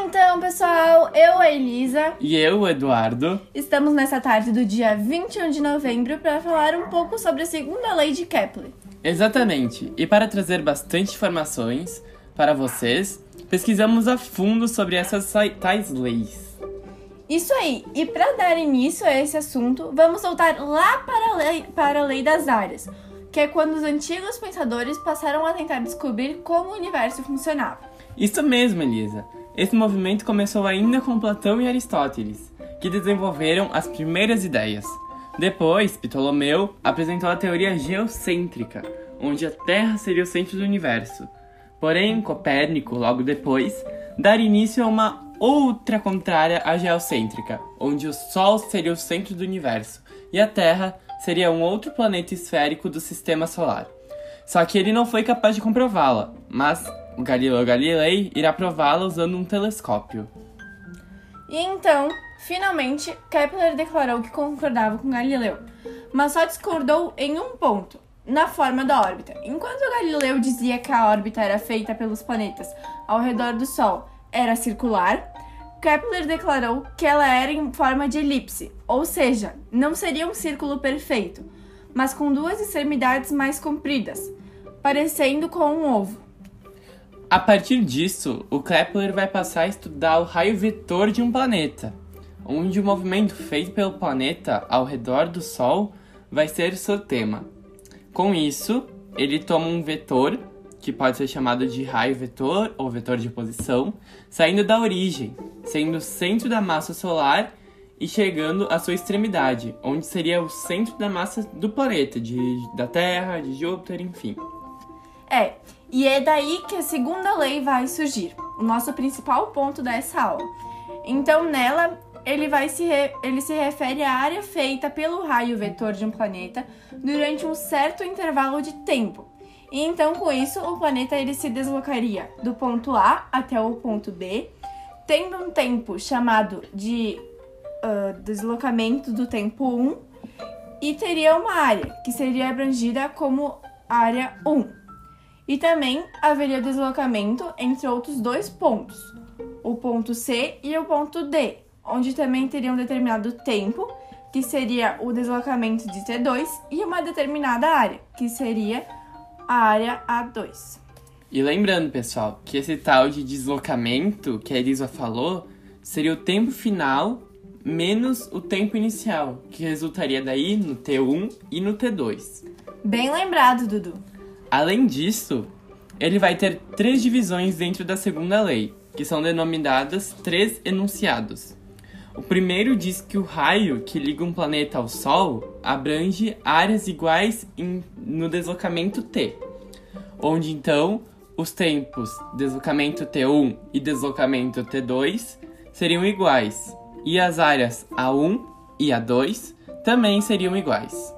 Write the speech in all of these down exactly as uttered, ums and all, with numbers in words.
Então, pessoal, eu, a Elisa, e eu, o Eduardo, estamos nessa tarde do dia vinte e um de novembro para falar um pouco sobre a segunda lei de Kepler. Exatamente, e para trazer bastante informações para vocês, pesquisamos a fundo sobre essas tais leis. Isso aí, e para dar início a esse assunto, vamos voltar lá para a lei, para a lei das áreas, que é quando os antigos pensadores passaram a tentar descobrir como o universo funcionava. Isso mesmo, Elisa. Esse movimento começou ainda com Platão e Aristóteles, que desenvolveram as primeiras ideias. Depois, Ptolomeu apresentou a teoria geocêntrica, onde a Terra seria o centro do universo. Porém, Copérnico, logo depois, dar início a uma outra contrária à geocêntrica, onde o Sol seria o centro do universo e a Terra seria um outro planeta esférico do sistema solar. Só que ele não foi capaz de comprová-la, mas o Galileu Galilei irá prová-la usando um telescópio. E então, finalmente, Kepler declarou que concordava com Galileu, mas só discordou em um ponto, na forma da órbita. Enquanto Galileu dizia que a órbita era feita pelos planetas ao redor do Sol era circular, Kepler declarou que ela era em forma de elipse, ou seja, não seria um círculo perfeito, mas com duas extremidades mais compridas, parecendo com um ovo. A partir disso, o Kepler vai passar a estudar o raio vetor de um planeta, onde o movimento feito pelo planeta ao redor do Sol vai ser seu tema. Com isso, ele toma um vetor, que pode ser chamado de raio vetor ou vetor de posição, saindo da origem, sendo o centro da massa solar e chegando à sua extremidade, onde seria o centro da massa do planeta, de, da Terra, de Júpiter, enfim. É, e é daí que a segunda lei vai surgir, o nosso principal ponto dessa aula. Então, nela, ele, vai se re... ele se refere à área feita pelo raio vetor de um planeta durante um certo intervalo de tempo. E então, com isso, o planeta ele se deslocaria do ponto A até o ponto B, tendo um tempo chamado de uh, deslocamento do tempo um, e teria uma área, que seria abrangida como área um. E também haveria deslocamento entre outros dois pontos, o ponto C e o ponto D, onde também teria um determinado tempo, que seria o deslocamento de T dois, e uma determinada área, que seria a área A dois. E lembrando, pessoal, que esse tal de deslocamento que a Elisa falou seria o tempo final menos o tempo inicial, que resultaria daí no T um e no T dois. Bem lembrado, Dudu. Além disso, ele vai ter três divisões dentro da segunda lei, que são denominadas três enunciados. O primeiro diz que o raio que liga um planeta ao Sol abrange áreas iguais em, no deslocamento T, onde então os tempos deslocamento T um e deslocamento T dois seriam iguais, e as áreas A um e A dois também seriam iguais.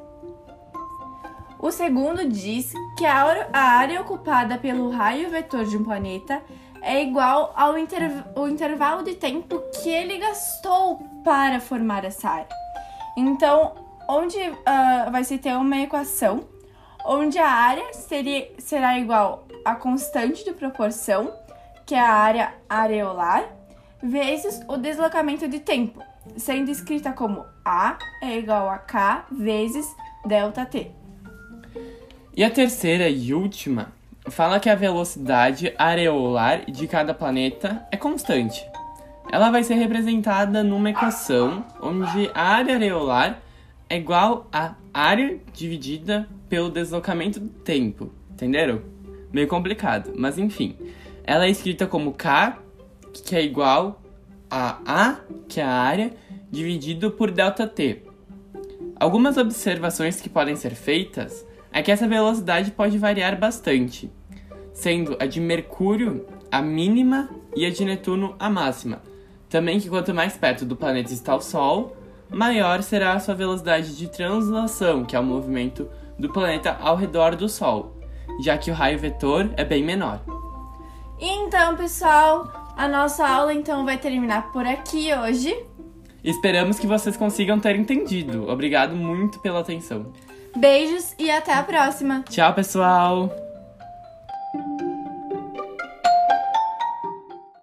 O segundo diz que a área ocupada pelo raio vetor de um planeta é igual ao interv- o intervalo de tempo que ele gastou para formar essa área. Então, onde uh, vai se ter uma equação, onde a área seria, será igual à constante de proporção, que é a área areolar, vezes o deslocamento de tempo, sendo escrita como A é igual a K vezes ΔT. E a terceira e última fala que a velocidade areolar de cada planeta é constante. Ela vai ser representada numa equação onde a área areolar é igual a área dividida pelo deslocamento do tempo. Entenderam? Meio complicado, mas enfim. Ela é escrita como K, que é igual a A, que é a área, dividido por ΔT. Algumas observações que podem ser feitas é que essa velocidade pode variar bastante, sendo a de Mercúrio a mínima e a de Netuno a máxima. Também que quanto mais perto do planeta está o Sol, maior será a sua velocidade de translação, que é o movimento do planeta ao redor do Sol, já que o raio vetor é bem menor. Então, pessoal, a nossa aula então vai terminar por aqui hoje. Esperamos que vocês consigam ter entendido. Obrigado muito pela atenção. Beijos e até a próxima! Tchau, pessoal!